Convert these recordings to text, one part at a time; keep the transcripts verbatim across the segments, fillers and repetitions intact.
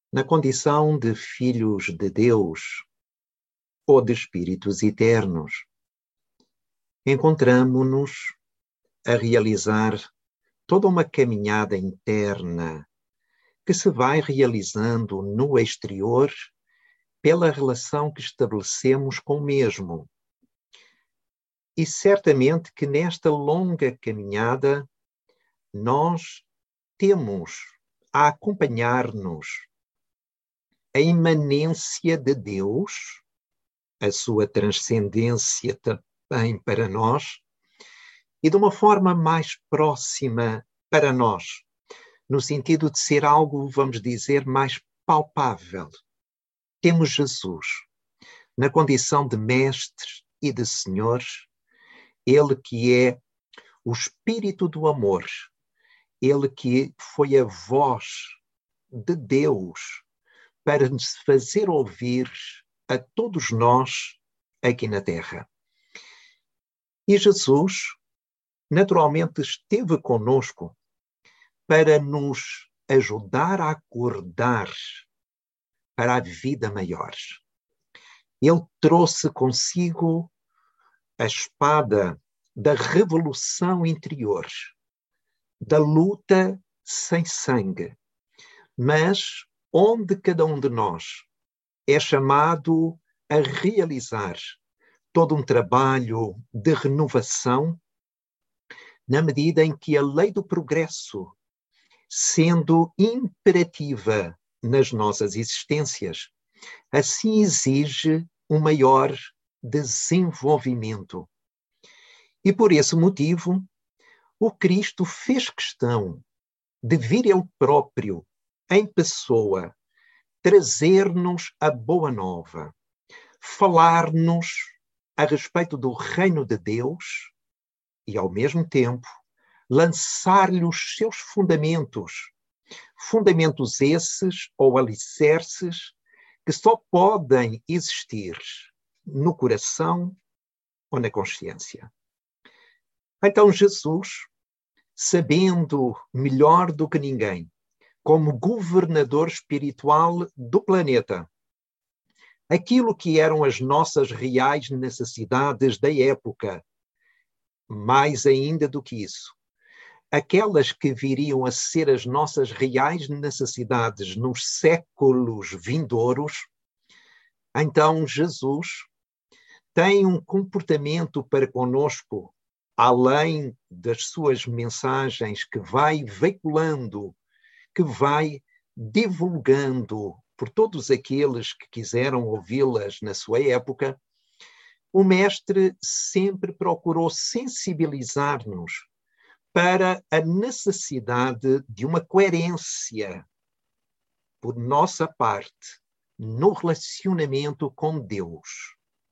na condição de filhos de Deus ou de espíritos eternos, encontramo-nos a realizar toda uma caminhada interna que se vai realizando no exterior pela relação que estabelecemos com o mesmo. E certamente que nesta longa caminhada nós temos a acompanhar-nos a imanência de Deus, a sua transcendência também para nós, e de uma forma mais próxima para nós, no sentido de ser algo, vamos dizer, mais palpável. Temos Jesus, na condição de mestre e de senhor, ele que é o Espírito do amor, ele que foi a voz de Deus para nos fazer ouvir a todos nós aqui na Terra. E Jesus, naturalmente, esteve conosco para nos ajudar a acordar para a vida maior. Ele trouxe consigo a espada da revolução interior, da luta sem sangue, mas onde cada um de nós é chamado a realizar todo um trabalho de renovação, na medida em que a lei do progresso, sendo imperativa nas nossas existências, assim exige um maior desenvolvimento. E por esse motivo, o Cristo fez questão de vir ele próprio, em pessoa, trazer-nos a boa nova, falar-nos a respeito do reino de Deus e, ao mesmo tempo, lançar-lhe os seus fundamentos, fundamentos esses ou alicerces que só podem existir no coração ou na consciência. Então Jesus, sabendo melhor do que ninguém, como governador espiritual do planeta, aquilo que eram as nossas reais necessidades da época, mais ainda do que isso, aquelas que viriam a ser as nossas reais necessidades nos séculos vindouros, então Jesus tem um comportamento para conosco, além das suas mensagens que vai veiculando, que vai divulgando por todos aqueles que quiseram ouvi-las na sua época, o Mestre sempre procurou sensibilizar-nos para a necessidade de uma coerência por nossa parte no relacionamento com Deus.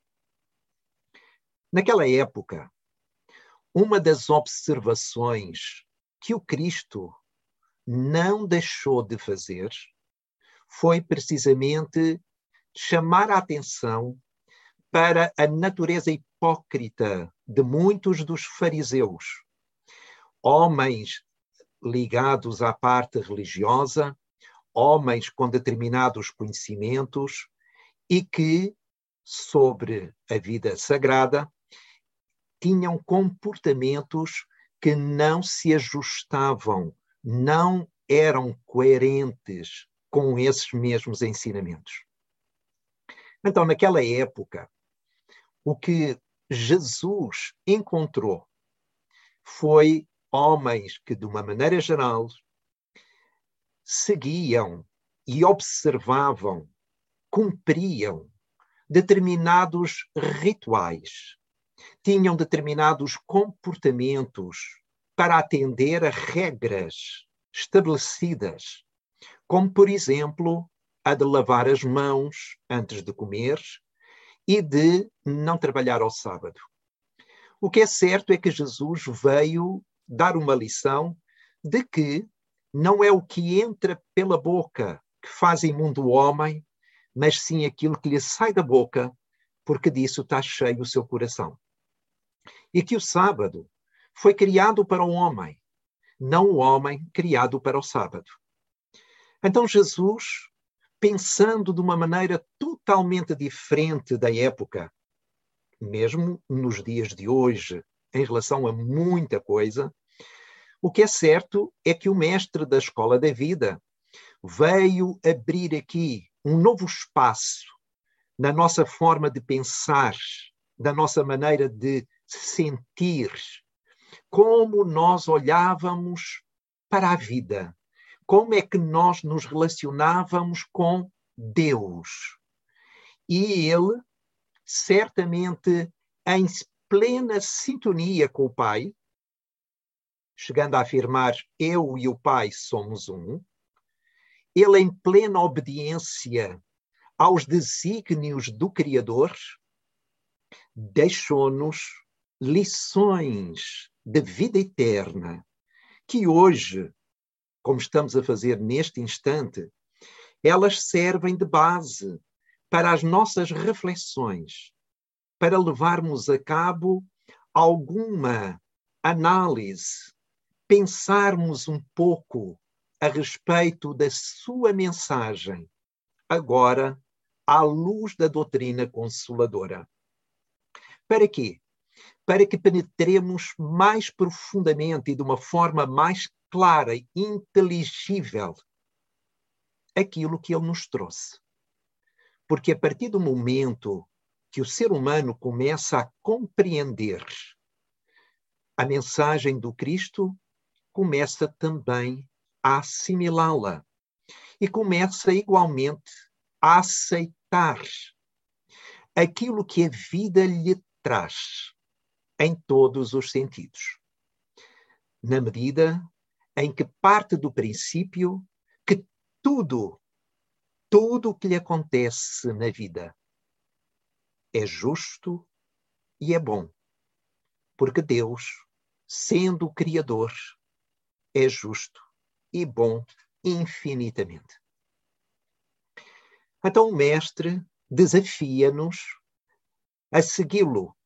Naquela época, uma das observações que o Cristo não deixou de fazer foi precisamente chamar a atenção para a natureza hipócrita de muitos dos fariseus, homens ligados à parte religiosa, homens com determinados conhecimentos e que, sobre a vida sagrada, tinham comportamentos que não se ajustavam, não eram coerentes com esses mesmos ensinamentos. Então, naquela época, o que Jesus encontrou foi homens que, de uma maneira geral, seguiam e observavam, cumpriam determinados rituais, tinham determinados comportamentos para atender a regras estabelecidas, como, por exemplo, a de lavar as mãos antes de comer e de não trabalhar ao sábado. O que é certo é que Jesus veio dar uma lição de que não é o que entra pela boca que faz imundo o homem, mas sim aquilo que lhe sai da boca, porque disso está cheio o seu coração. E que o sábado foi criado para o homem, não o homem criado para o sábado. Então Jesus pensando de uma maneira totalmente diferente da época, mesmo nos dias de hoje, em relação a muita coisa. O que é certo é que o mestre da Escola da Vida veio abrir aqui um novo espaço na nossa forma de pensar, da nossa maneira de sentir, como nós olhávamos para a vida, como é que nós nos relacionávamos com Deus. E ele, certamente em plena sintonia com o Pai, chegando a afirmar, eu e o Pai somos um, ele em plena obediência aos desígnios do Criador, deixou-nos lições de vida eterna, que hoje, como estamos a fazer neste instante, elas servem de base para as nossas reflexões, para levarmos a cabo alguma análise, pensarmos um pouco a respeito da sua mensagem, agora à luz da doutrina consoladora. Para quê? Para que penetremos mais profundamente e de uma forma mais clara e inteligível aquilo que ele nos trouxe. Porque a partir do momento que o ser humano começa a compreender a mensagem do Cristo, começa também a assimilá-la e começa igualmente a aceitar aquilo que a vida lhe traz em todos os sentidos. Na medida em que parte do princípio que tudo, tudo o que lhe acontece na vida é justo e é bom, porque Deus, sendo o Criador, é justo e bom infinitamente. Então o Mestre desafia-nos a segui-lo,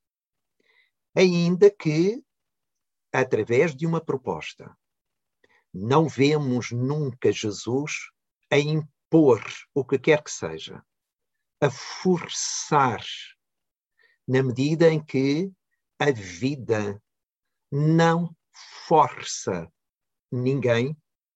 ainda que através de uma proposta. Não vemos nunca Jesus a impor o que quer que seja, a forçar, na medida em que a vida não força ninguém.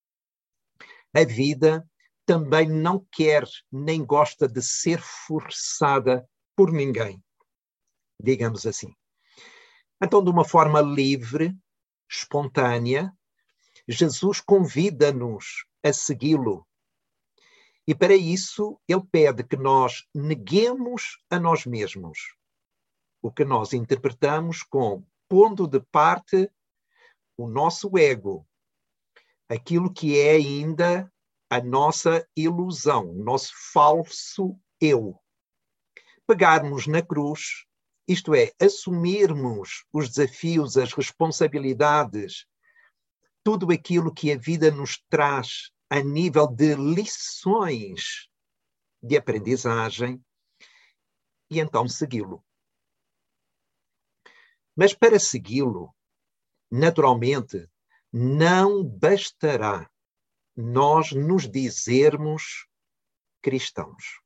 A vida também não quer nem gosta de ser forçada por ninguém, digamos assim. Então, de uma forma livre, espontânea, Jesus convida-nos a segui-lo. E para isso, ele pede que nós neguemos a nós mesmos, o que nós interpretamos com pondo de parte o nosso ego, aquilo que é ainda a nossa ilusão, o nosso falso eu. Pegarmos na cruz, isto é, assumirmos os desafios, as responsabilidades, tudo aquilo que a vida nos traz a nível de lições de aprendizagem, e então segui-lo. Mas para segui-lo, naturalmente, não bastará nós nos dizermos cristãos.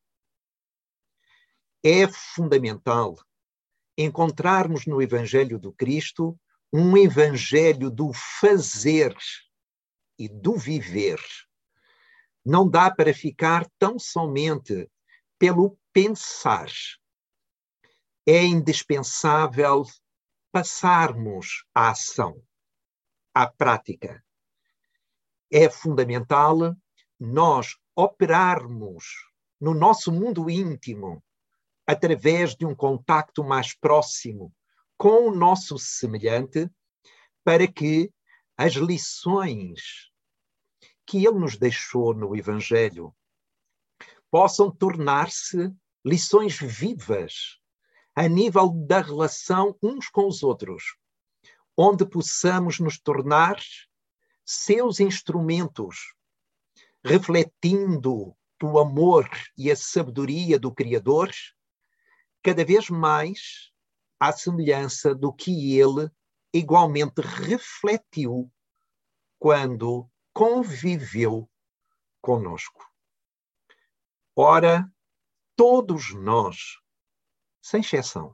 É fundamental encontrarmos no Evangelho do Cristo um Evangelho do fazer e do viver. Não dá para ficar tão somente pelo pensar. É indispensável passarmos à ação, à prática. É fundamental nós operarmos no nosso mundo íntimo através de um contacto mais próximo com o nosso semelhante, para que as lições que ele nos deixou no Evangelho possam tornar-se lições vivas a nível da relação uns com os outros, onde possamos nos tornar seus instrumentos, refletindo o amor e a sabedoria do Criador, cada vez mais à semelhança do que ele igualmente refletiu quando conviveu conosco. Ora, todos nós, sem exceção,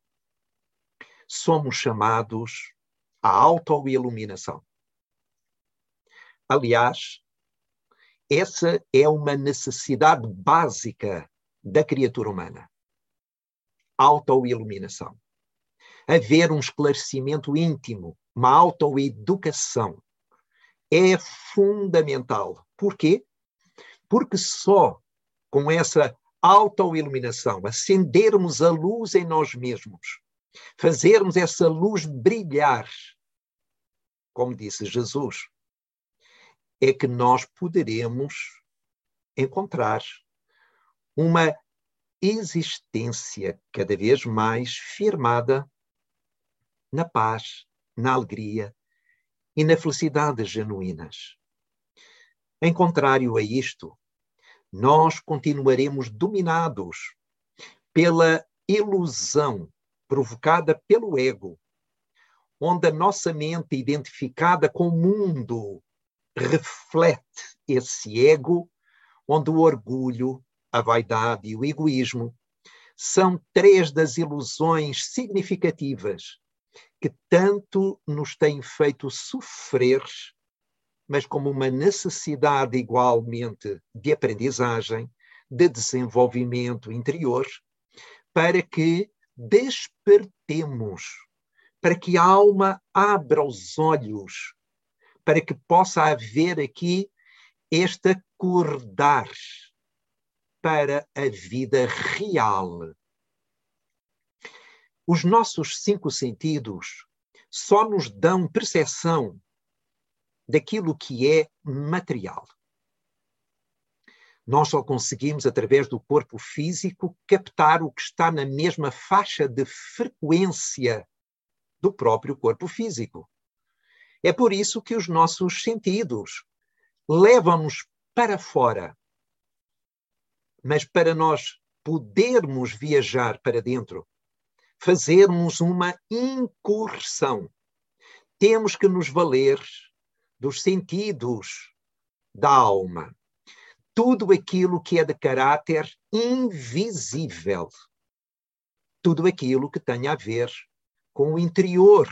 somos chamados à autoiluminação. Aliás, essa é uma necessidade básica da criatura humana. Autoiluminação. Haver um esclarecimento íntimo, uma autoeducação, é fundamental. Por quê? Porque só com essa autoiluminação, acendermos a luz em nós mesmos, fazermos essa luz brilhar, como disse Jesus, é que nós poderemos encontrar uma existência cada vez mais firmada na paz, na alegria e na felicidade genuínas. Em contrário a isto, nós continuaremos dominados pela ilusão provocada pelo ego, onde a nossa mente identificada com o mundo reflete esse ego, onde o orgulho, a vaidade e o egoísmo são três das ilusões significativas que tanto nos têm feito sofrer, mas como uma necessidade igualmente de aprendizagem, de desenvolvimento interior, para que despertemos, para que a alma abra os olhos, para que possa haver aqui este acordar para a vida real. Os nossos cinco sentidos só nos dão percepção daquilo que é material. Nós só conseguimos, através do corpo físico, captar o que está na mesma faixa de frequência do próprio corpo físico. É por isso que os nossos sentidos levam-nos para fora. Mas para nós podermos viajar para dentro, fazermos uma incursão, temos que nos valer dos sentidos da alma. Tudo aquilo que é de caráter invisível. Tudo aquilo que tem a ver com o interior.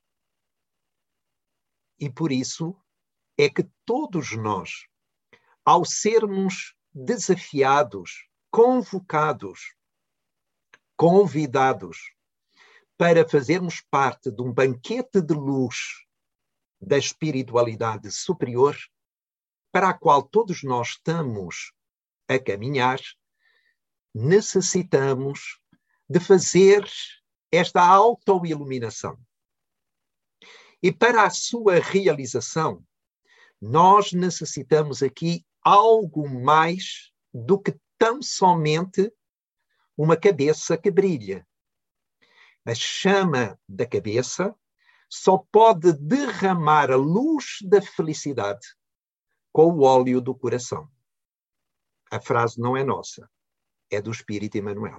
E por isso é que todos nós, ao sermos desafiados, convocados, convidados para fazermos parte de um banquete de luz da espiritualidade superior, para a qual todos nós estamos a caminhar, necessitamos de fazer esta autoiluminação. E para a sua realização, nós necessitamos aqui algo mais do que tão somente uma cabeça que brilha. A chama da cabeça só pode derramar a luz da felicidade com o óleo do coração. A frase não é nossa, é do Espírito Emmanuel.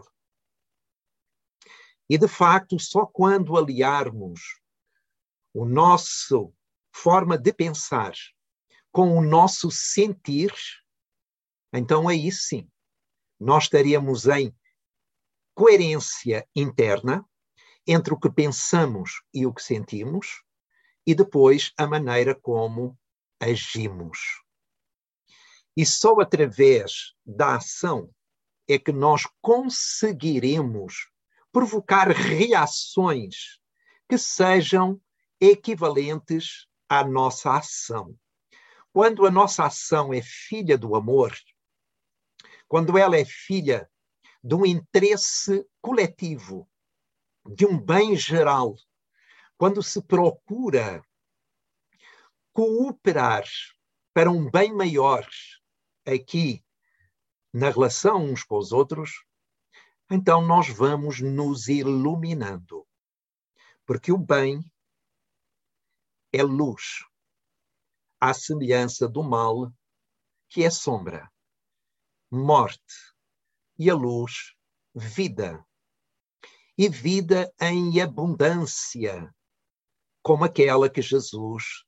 E, de facto, só quando aliarmos o nosso forma de pensar com o nosso sentir, então aí sim, nós estaremos em coerência interna entre o que pensamos e o que sentimos e depois a maneira como agimos. E só através da ação é que nós conseguiremos provocar reações que sejam equivalentes à nossa ação. Quando a nossa ação é filha do amor, quando ela é filha de um interesse coletivo, de um bem geral, quando se procura cooperar para um bem maior aqui na relação uns com os outros, então nós vamos nos iluminando. Porque o bem é luz, à semelhança do mal, que é sombra, morte, e a luz, vida. E vida em abundância, como aquela que Jesus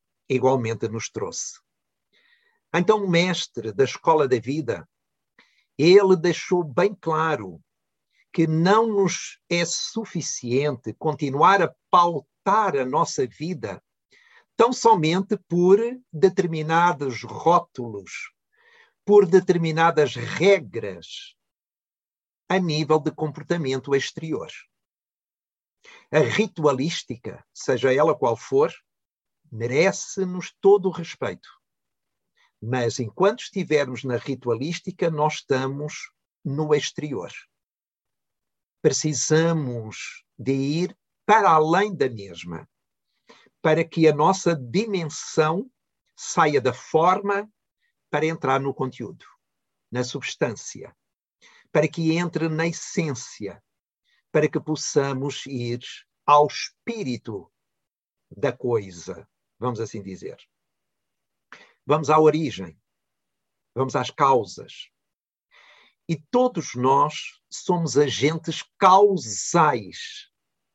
igualmente nos trouxe. Então o mestre da escola da vida, ele deixou bem claro que não nos é suficiente continuar a pautar a nossa vida tão somente por determinados rótulos, por determinadas regras a nível de comportamento exterior. A ritualística, seja ela qual for, merece-nos todo o respeito. Mas enquanto estivermos na ritualística, nós estamos no exterior. Precisamos de ir para além da mesma, para que a nossa dimensão saia da forma para entrar no conteúdo, na substância, para que entre na essência, para que possamos ir ao espírito da coisa, vamos assim dizer. Vamos à origem, vamos às causas. E todos nós somos agentes causais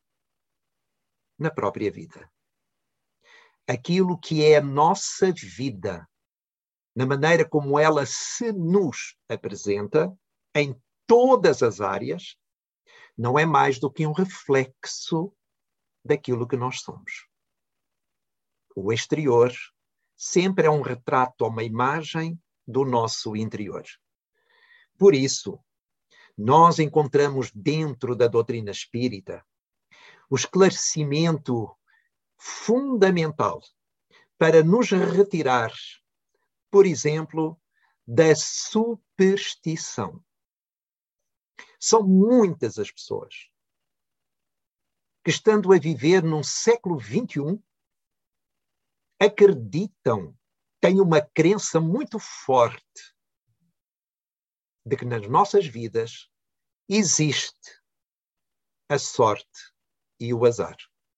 na própria vida. Aquilo que é a nossa vida, na maneira como ela se nos apresenta, em todas as áreas, não é mais do que um reflexo daquilo que nós somos. O exterior sempre é um retrato ou uma imagem do nosso interior. Por isso, nós encontramos dentro da doutrina espírita o esclarecimento fundamental para nos retirar, por exemplo, da superstição. São muitas as pessoas que, estando a viver num século vinte e um, acreditam, têm uma crença muito forte de que nas nossas vidas existe a sorte e o azar.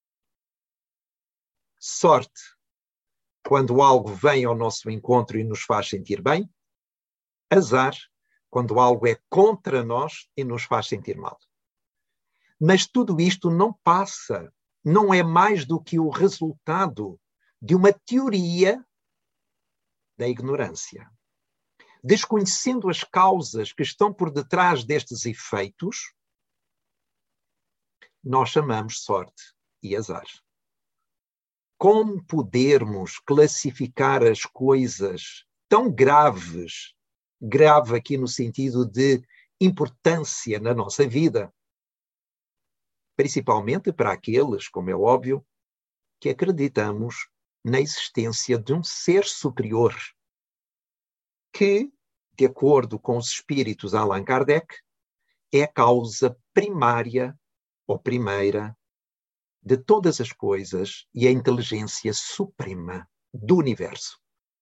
Sorte, quando algo vem ao nosso encontro e nos faz sentir bem. Azar, quando algo é contra nós e nos faz sentir mal. Mas tudo isto não passa, não é mais do que o resultado de uma teoria da ignorância. Desconhecendo as causas que estão por detrás destes efeitos, nós chamamos sorte e azar. Como podermos classificar as coisas tão graves, grave aqui no sentido de importância na nossa vida, principalmente para aqueles, como é óbvio, que acreditamos na existência de um ser superior, que, de acordo com os espíritos de Allan Kardec, é a causa primária ou primeira de todas as coisas e a inteligência suprema do universo.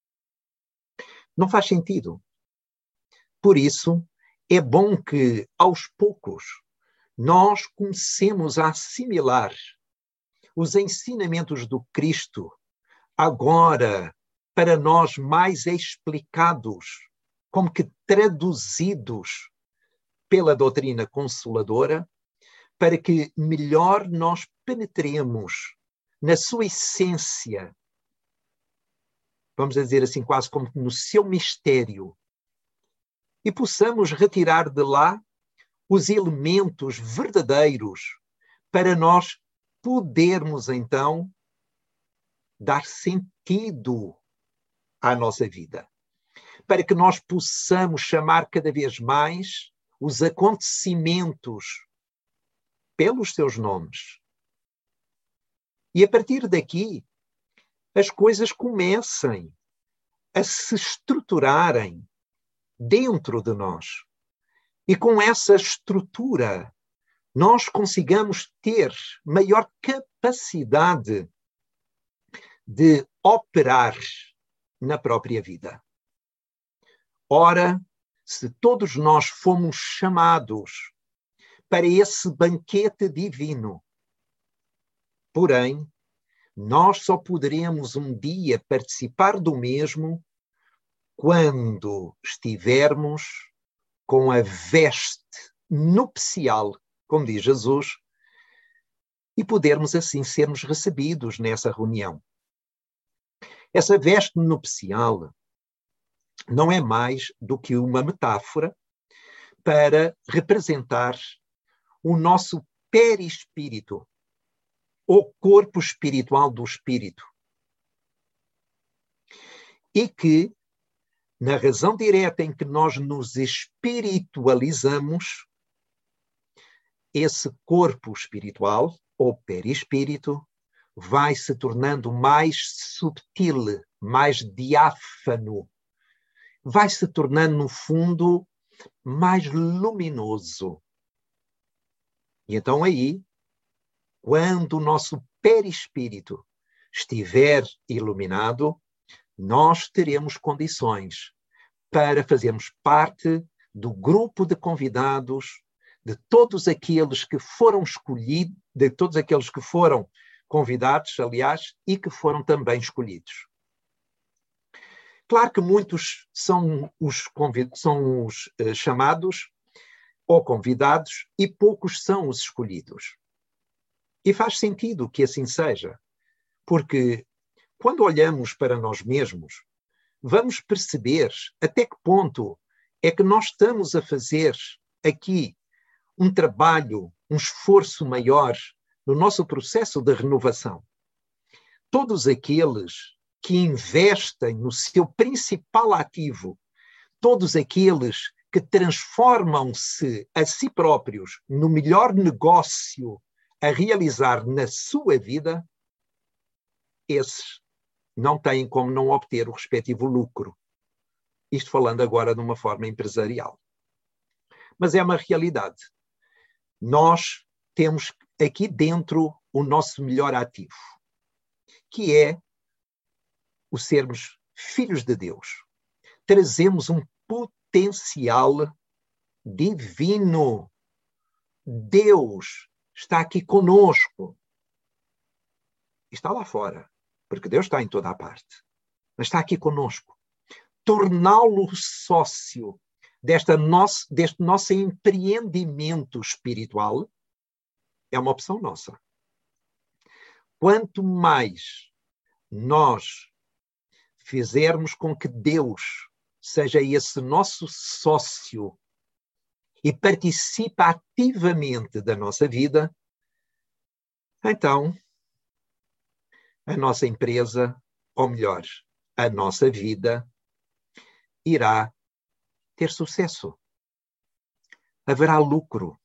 Não faz sentido. Por isso, é bom que, aos poucos, nós comecemos a assimilar os ensinamentos do Cristo, agora, para nós mais explicados, como que traduzidos pela doutrina consoladora, para que melhor nós penetremos na sua essência, vamos dizer assim, quase como no seu mistério, e possamos retirar de lá os elementos verdadeiros para nós podermos, então, dar sentido à nossa vida. Para que nós possamos chamar cada vez mais os acontecimentos pelos seus nomes. E a partir daqui, as coisas comecem a se estruturarem dentro de nós. E com essa estrutura, nós consigamos ter maior capacidade de operar na própria vida. Ora, se todos nós fomos chamados para esse banquete divino, porém, nós só poderemos um dia participar do mesmo quando estivermos com a veste nupcial, como diz Jesus, e podermos assim sermos recebidos nessa reunião. Essa veste nupcial não é mais do que uma metáfora para representar o nosso perispírito, ou corpo espiritual do espírito. E que, na razão direta em que nós nos espiritualizamos, esse corpo espiritual, ou perispírito, vai se tornando mais subtil, mais diáfano, vai se tornando, no fundo, mais luminoso. E então aí, quando o nosso perispírito estiver iluminado, nós teremos condições para fazermos parte do grupo de convidados, de todos aqueles que foram escolhidos, de todos aqueles que foram convidados, aliás, e que foram também escolhidos. Claro que muitos são os, convid- são os uh, chamados ou convidados e poucos são os escolhidos. E faz sentido que assim seja, porque quando olhamos para nós mesmos, vamos perceber até que ponto é que nós estamos a fazer aqui um trabalho, um esforço maior no nosso processo de renovação. Todos aqueles que investem no seu principal ativo, todos aqueles que transformam-se a si próprios no melhor negócio a realizar na sua vida, esses não têm como não obter o respectivo lucro. Isto falando agora de uma forma empresarial. Mas é uma realidade. Nós temos aqui dentro o nosso melhor ativo, que é o sermos filhos de Deus. Trazemos um potencial divino. Deus está aqui conosco. Está lá fora, porque Deus está em toda a parte. Mas está aqui conosco. Torná-lo sócio desta nosso, deste nosso empreendimento espiritual é uma opção nossa. Quanto mais nós fizermos com que Deus seja esse nosso sócio e participe ativamente da nossa vida, então a nossa empresa, ou melhor, a nossa vida, irá ter sucesso. Haverá lucro.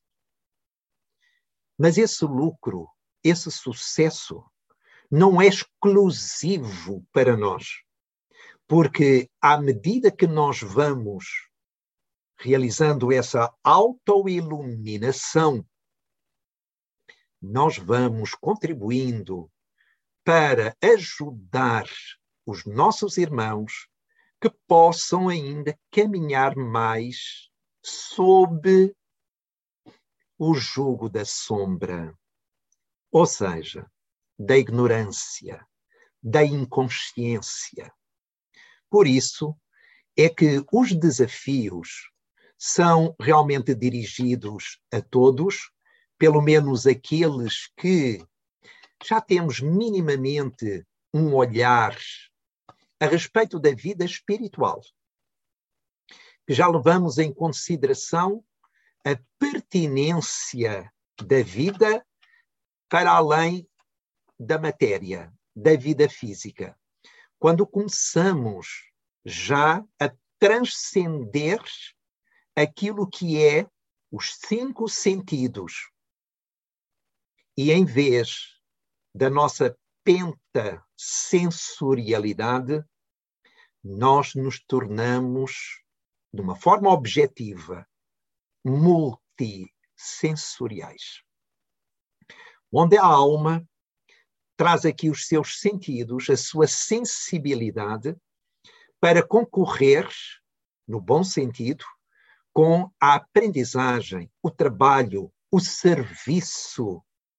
Mas esse lucro, esse sucesso, não é exclusivo para nós. Porque à medida que nós vamos realizando essa autoiluminação, nós vamos contribuindo para ajudar os nossos irmãos que possam ainda caminhar mais sob o jugo da sombra, ou seja, da ignorância, da inconsciência. Por isso é que os desafios são realmente dirigidos a todos, pelo menos aqueles que já temos minimamente um olhar a respeito da vida espiritual, que já levamos em consideração a pertinência da vida para além da matéria, da vida física. Quando começamos já a transcender aquilo que é os cinco sentidos, e em vez da nossa pentasensorialidade, nós nos tornamos, de uma forma objetiva, multissensoriais. Onde a alma traz aqui os seus sentidos, a sua sensibilidade, para concorrer, no bom sentido, com a aprendizagem, o trabalho, o serviço,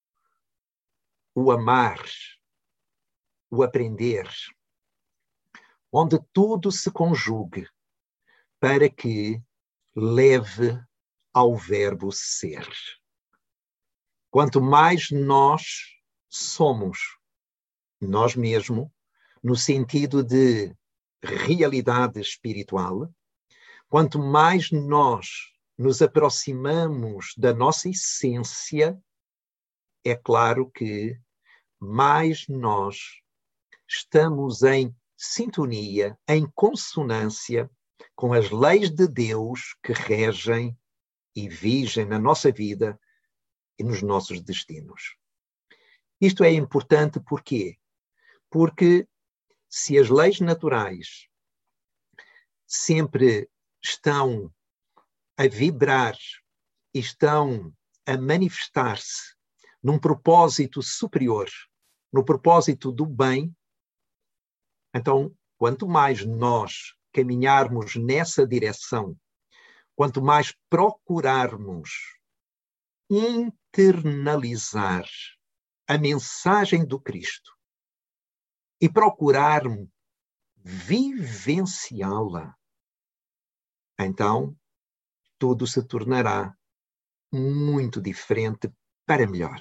o amar, o aprender, onde tudo se conjugue para que leve ao verbo ser. Quanto mais nós somos nós mesmos, no sentido de realidade espiritual, quanto mais nós nos aproximamos da nossa essência, é claro que mais nós estamos em sintonia, em consonância com as leis de Deus que regem e vigem na nossa vida e nos nossos destinos. Isto é importante porquê? Porque se as leis naturais sempre estão a vibrar e estão a manifestar-se num propósito superior, no propósito do bem, então, quanto mais nós caminharmos nessa direção, quanto mais procurarmos internalizar a mensagem do Cristo e procurarmos vivenciá-la, então tudo se tornará muito diferente para melhor.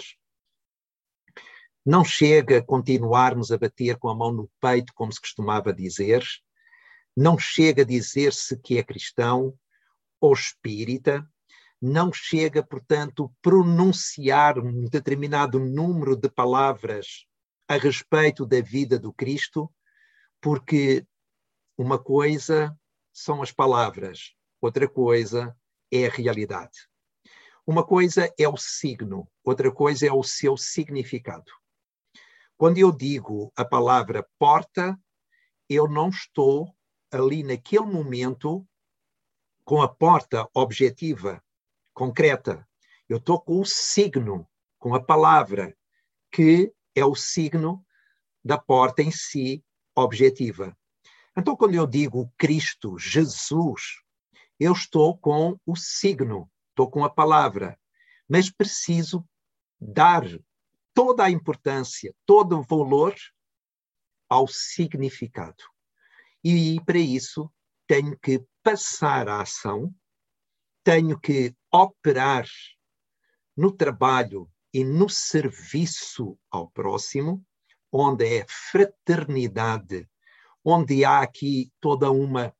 Não chega a continuarmos a bater com a mão no peito, como se costumava dizer. Não chega a dizer-se que é cristão ou espírita. Não chega, portanto, pronunciar um determinado número de palavras a respeito da vida do Cristo, porque uma coisa são as palavras, outra coisa é a realidade. Uma coisa é o signo, outra coisa é o seu significado. Quando eu digo a palavra porta, eu não estou ali naquele momento com a porta objetiva, concreta. Eu estou com o signo, com a palavra, que é o signo da porta em si, objetiva. Então, quando eu digo Cristo, Jesus, eu estou com o signo, estou com a palavra, mas preciso dar toda a importância, todo o valor ao significado. E para isso tenho que passar a ação, tenho que operar no trabalho e no serviço ao próximo, onde é fraternidade, onde há aqui toda uma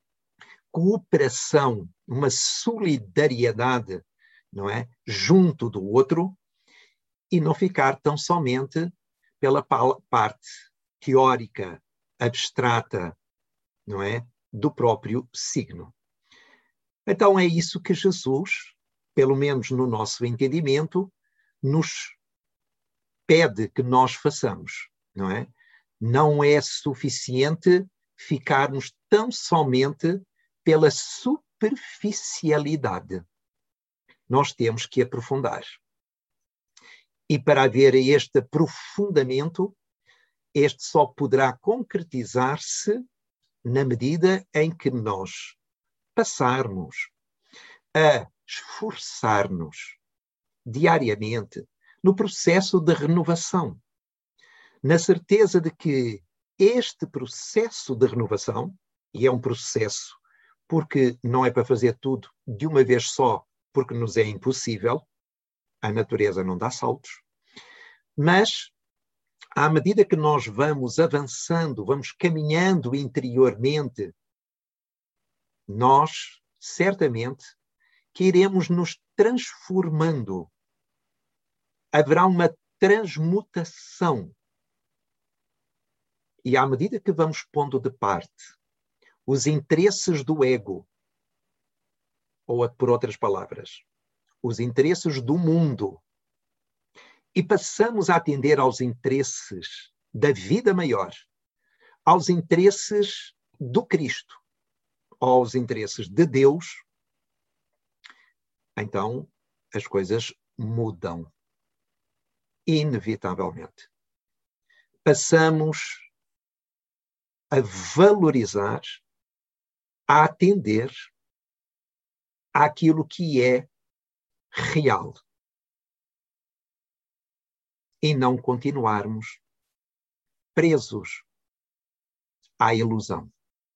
cooperação, uma solidariedade, não é? Junto do outro, e não ficar tão somente pela parte teórica, abstrata, não é? Do próprio signo. Então é isso que Jesus, pelo menos no nosso entendimento, nos pede que nós façamos, não é? Não é suficiente ficarmos tão somente pela superficialidade. Nós temos que aprofundar. E para haver este aprofundamento, este só poderá concretizar-se na medida em que nós passarmos a esforçar-nos diariamente no processo de renovação, na certeza de que este processo de renovação, e é um processo porque não é para fazer tudo de uma vez só, porque nos é impossível, a natureza não dá saltos, mas à medida que nós vamos avançando, vamos caminhando interiormente, nós certamente que iremos nos transformando. Haverá uma transmutação. E à medida que vamos pondo de parte os interesses do ego, ou por outras palavras, os interesses do mundo, e passamos a atender aos interesses da vida maior, aos interesses do Cristo, aos interesses de Deus, então as coisas mudam, inevitavelmente. Passamos a valorizar, a atender àquilo que é real. E não continuarmos presos à ilusão.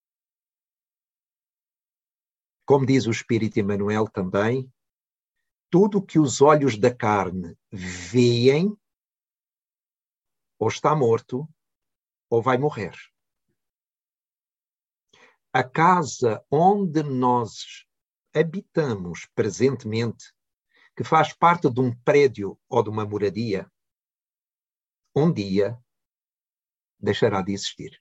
Como diz o Espírito Emmanuel também, tudo que os olhos da carne veem, ou está morto, ou vai morrer. A casa onde nós habitamos presentemente, que faz parte de um prédio ou de uma moradia, um dia deixará de existir.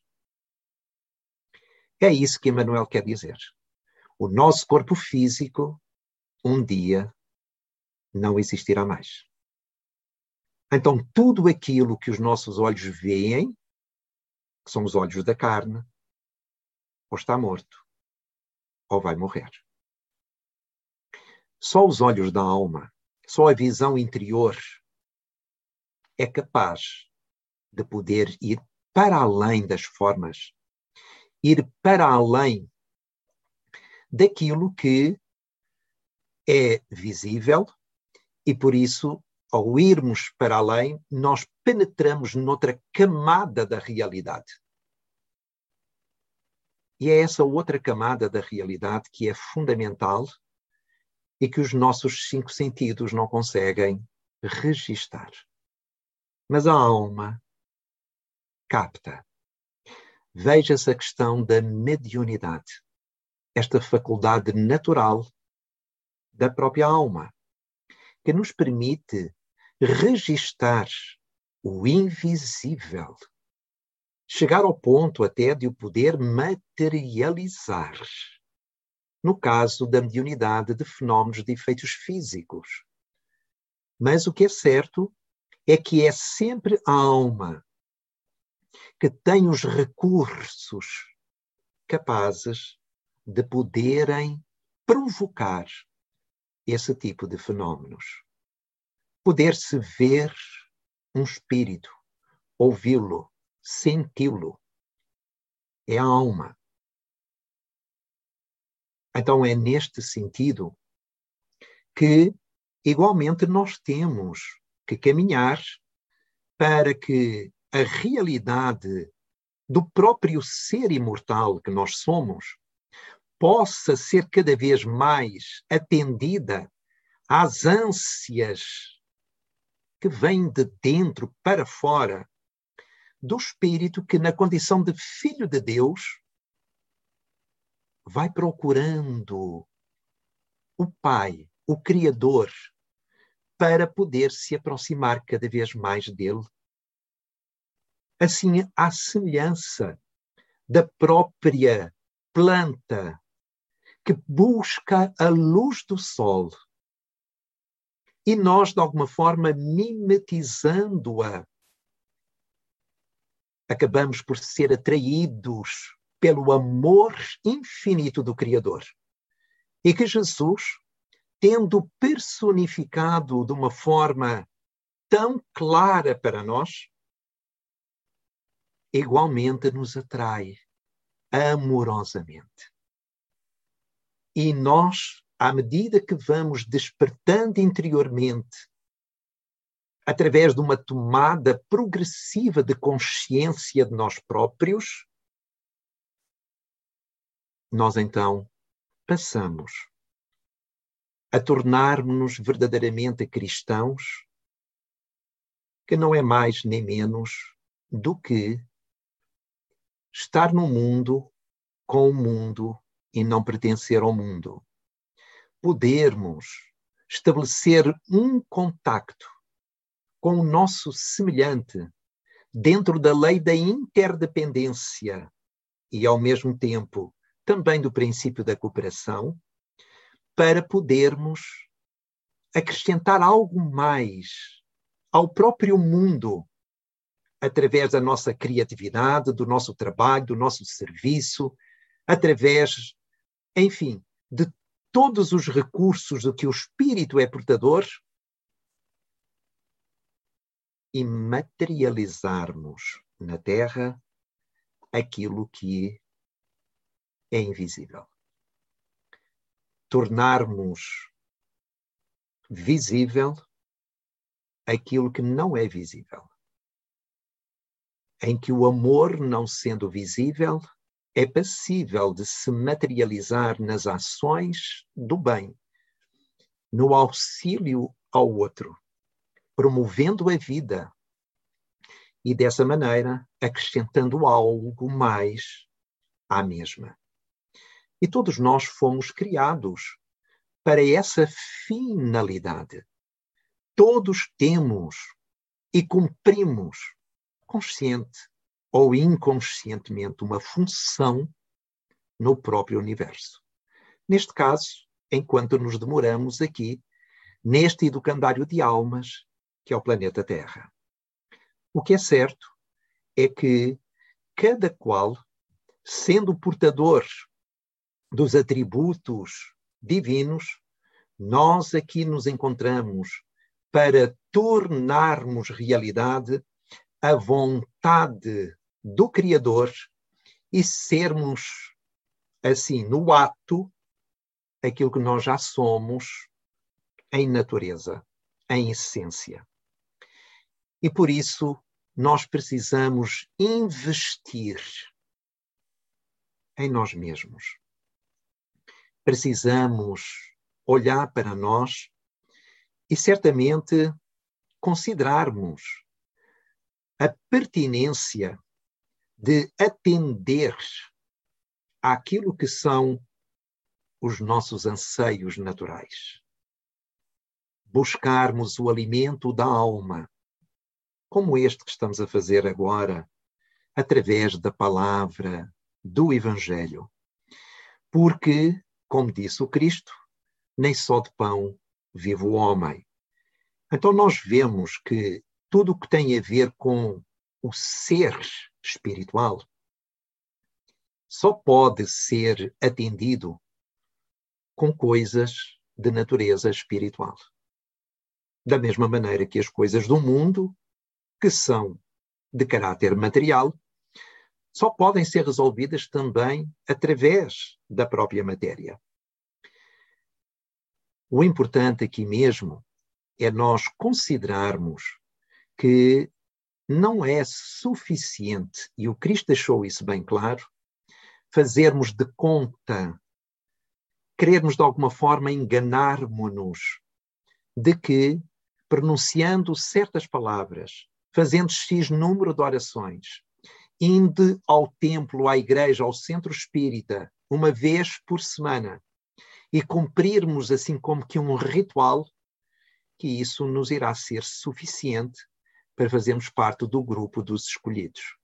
É isso que Emmanuel quer dizer. O nosso corpo físico, um dia, não existirá mais. Então, tudo aquilo que os nossos olhos veem, que são os olhos da carne, ou está morto, ou vai morrer. Só os olhos da alma, só a visão interior é capaz de poder ir para além das formas, ir para além daquilo que é visível e, por isso, ao irmos para além, nós penetramos noutra camada da realidade. E é essa outra camada da realidade que é fundamental e que os nossos cinco sentidos não conseguem registar. Mas a alma capta. Veja-se a questão da mediunidade, esta faculdade natural da própria alma, que nos permite registar o invisível, chegar ao ponto até de o poder materializar, no caso da mediunidade de fenómenos de efeitos físicos. Mas o que é certo é que é sempre a alma que tem os recursos capazes de poderem provocar esse tipo de fenómenos. Poder-se ver um espírito, ouvi-lo, senti-lo. É a alma. Então é neste sentido que, igualmente, nós temos que caminhar para que a realidade do próprio ser imortal que nós somos possa ser cada vez mais atendida às ânsias que vêm de dentro para fora do espírito que, na condição de filho de Deus, vai procurando o Pai, o Criador, para poder se aproximar cada vez mais dele. Assim, à semelhança da própria planta que busca a luz do sol, e nós, de alguma forma, mimetizando-a, acabamos por ser atraídos pelo amor infinito do Criador. E que Jesus, tendo personificado de uma forma tão clara para nós, igualmente nos atrai amorosamente. E nós, à medida que vamos despertando interiormente, através de uma tomada progressiva de consciência de nós próprios, nós então passamos a tornar-nos verdadeiramente cristãos, que não é mais nem menos do que estar no mundo com o mundo e não pertencer ao mundo. Podermos estabelecer um contacto com o nosso semelhante dentro da lei da interdependência e, ao mesmo tempo, também do princípio da cooperação, para podermos acrescentar algo mais ao próprio mundo através da nossa criatividade, do nosso trabalho, do nosso serviço, através, enfim, de todos os recursos do que o espírito é portador, e materializarmos na Terra aquilo que é invisível. Tornarmos visível aquilo que não é visível. Em que o amor, não sendo visível, é passível de se materializar nas ações do bem, no auxílio ao outro, promovendo a vida e, dessa maneira, acrescentando algo mais à mesma. E todos nós fomos criados para essa finalidade. Todos temos e cumprimos, consciente ou inconscientemente, uma função no próprio universo. Neste caso, enquanto nos demoramos aqui, neste educandário de almas, que é o planeta Terra. O que é certo é que cada qual, sendo portador dos atributos divinos, nós aqui nos encontramos para tornarmos realidade a vontade do Criador e sermos, assim, no ato, aquilo que nós já somos em natureza, em essência. E por isso nós precisamos investir em nós mesmos. Precisamos olhar para nós e certamente considerarmos a pertinência de atender àquilo que são os nossos anseios naturais. Buscarmos o alimento da alma, como este que estamos a fazer agora, através da palavra do Evangelho. Porque, como disse o Cristo, nem só de pão vive o homem. Então nós vemos que tudo o que tem a ver com o ser espiritual só pode ser atendido com coisas de natureza espiritual. Da mesma maneira que as coisas do mundo, que são de caráter material, só podem ser resolvidas também através da própria matéria. O importante aqui mesmo é nós considerarmos que não é suficiente, e o Cristo deixou isso bem claro, fazermos de conta, querermos de alguma forma enganarmos-nos de que, pronunciando certas palavras, fazendo X número de orações, indo ao templo, à igreja, ao centro espírita, uma vez por semana, e cumprirmos assim como que um ritual, que isso nos irá ser suficiente para fazermos parte do grupo dos escolhidos.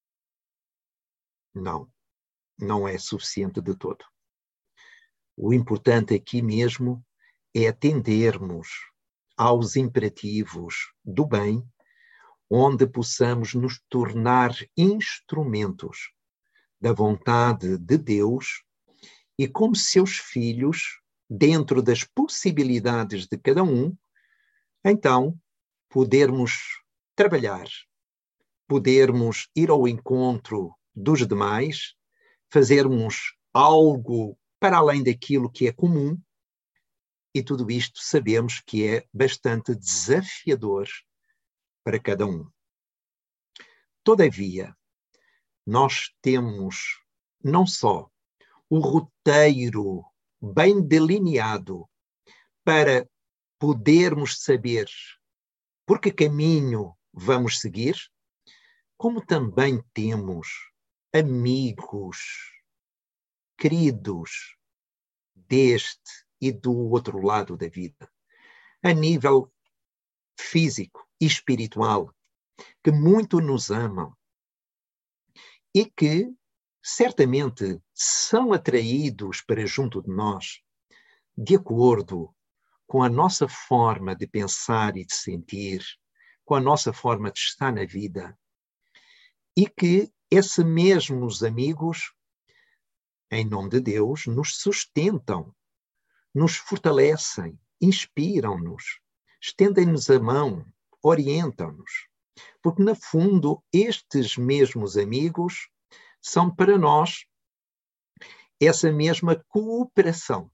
Não, não é suficiente de todo. O importante aqui mesmo é atendermos aos imperativos do bem, onde possamos nos tornar instrumentos da vontade de Deus e, como seus filhos, dentro das possibilidades de cada um, então podermos trabalhar, podermos ir ao encontro dos demais, fazermos algo para além daquilo que é comum, e tudo isto sabemos que é bastante desafiador para cada um. Todavia, nós temos não só o roteiro bem delineado para podermos saber por que caminho vamos seguir, como também temos amigos queridos deste e do outro lado da vida, a nível físico e espiritual, que muito nos amam e que certamente são atraídos para junto de nós de acordo com a nossa forma de pensar e de sentir, com a nossa forma de estar na vida, e que esses mesmos amigos, em nome de Deus, nos sustentam, nos fortalecem, inspiram-nos, estendem-nos a mão, orientam-nos. Porque, no fundo, estes mesmos amigos são para nós essa mesma cooperação.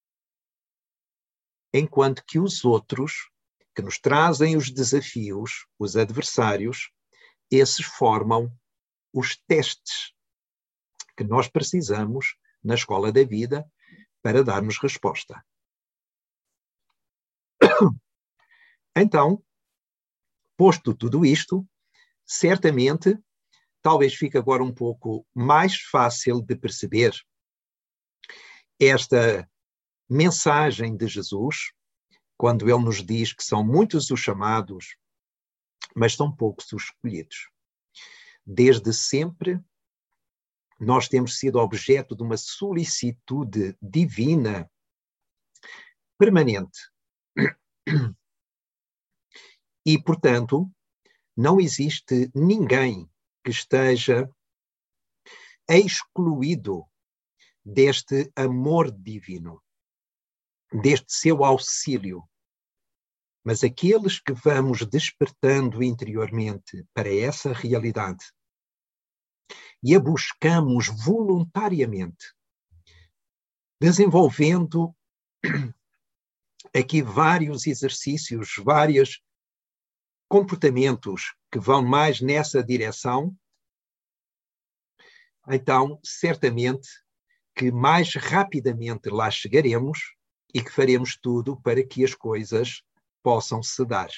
Enquanto que os outros, que nos trazem os desafios, os adversários, esses formam os testes que nós precisamos na escola da vida para darmos resposta. Então, posto tudo isto, certamente, talvez fique agora um pouco mais fácil de perceber esta mensagem de Jesus, quando ele nos diz que são muitos os chamados, mas são poucos os escolhidos. Desde sempre, nós temos sido objeto de uma solicitude divina permanente. E, portanto, não existe ninguém que esteja excluído deste amor divino, deste seu auxílio. Mas aqueles que vamos despertando interiormente para essa realidade e a buscamos voluntariamente, desenvolvendo aqui vários exercícios, vários comportamentos que vão mais nessa direção, então, certamente que mais rapidamente lá chegaremos e que faremos tudo para que as coisas possam se dar.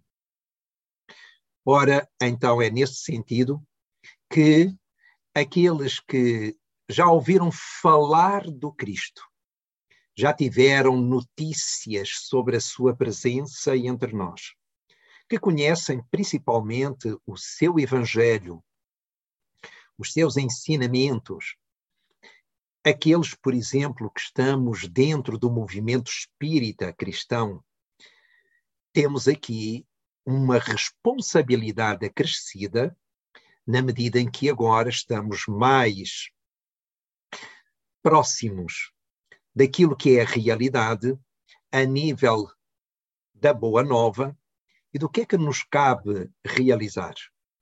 Ora, então é nesse sentido que aqueles que já ouviram falar do Cristo, já tiveram notícias sobre a sua presença entre nós, que conhecem principalmente o seu Evangelho, os seus ensinamentos, aqueles, por exemplo, que estamos dentro do movimento espírita cristão, temos aqui uma responsabilidade acrescida na medida em que agora estamos mais próximos daquilo que é a realidade a nível da boa nova e do que é que nos cabe realizar.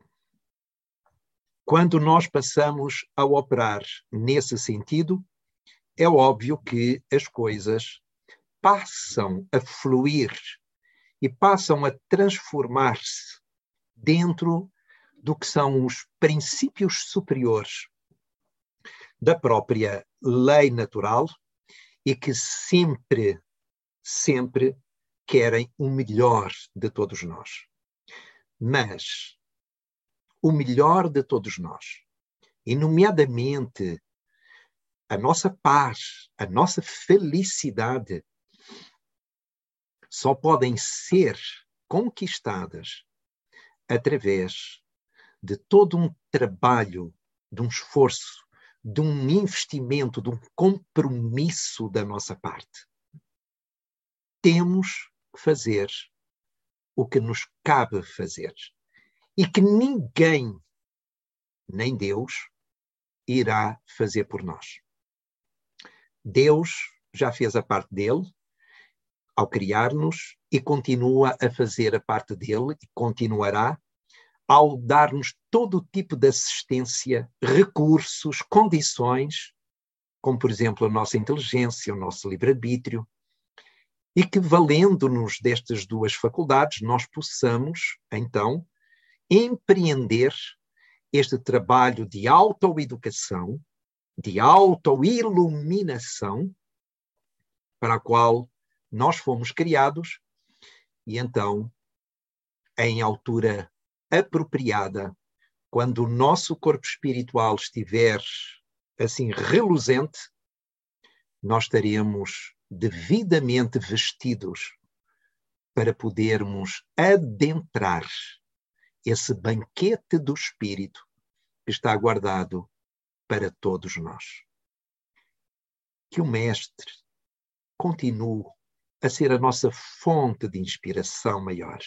Quando nós passamos a operar nesse sentido, é óbvio que as coisas passam a fluir e passam a transformar-se dentro do que são os princípios superiores da própria lei natural e que sempre, sempre querem o melhor de todos nós. Mas o melhor de todos nós, e nomeadamente a nossa paz, a nossa felicidade, só podem ser conquistadas através de todo um trabalho, de um esforço, de um investimento, de um compromisso da nossa parte. Temos que fazer o que nos cabe fazer. E que ninguém, nem Deus, irá fazer por nós. Deus já fez a parte dele ao criar-nos e continua a fazer a parte dele e continuará ao dar-nos todo o tipo de assistência, recursos, condições, como, por exemplo, a nossa inteligência, o nosso livre-arbítrio, e que, valendo-nos destas duas faculdades, nós possamos, então, empreender este trabalho de autoeducação, de autoiluminação, para a qual nós fomos criados, e então, em altura apropriada, quando o nosso corpo espiritual estiver assim reluzente, nós estaremos devidamente vestidos para podermos adentrar esse banquete do Espírito que está guardado para todos nós. Que o Mestre continue a ser a nossa fonte de inspiração maior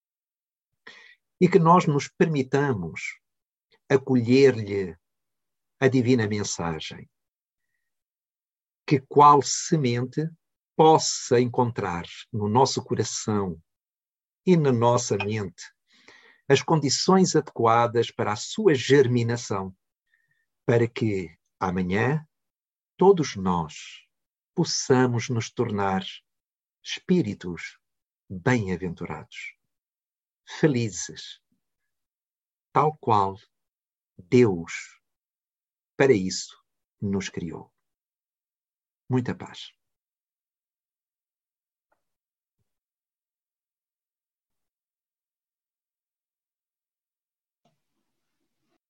e que nós nos permitamos acolher-lhe a divina mensagem, que qual semente possa encontrar no nosso coração e na nossa mente as condições adequadas para a sua germinação, para que amanhã todos nós possamos nos tornar espíritos bem-aventurados, felizes, tal qual Deus para isso nos criou. Muita paz.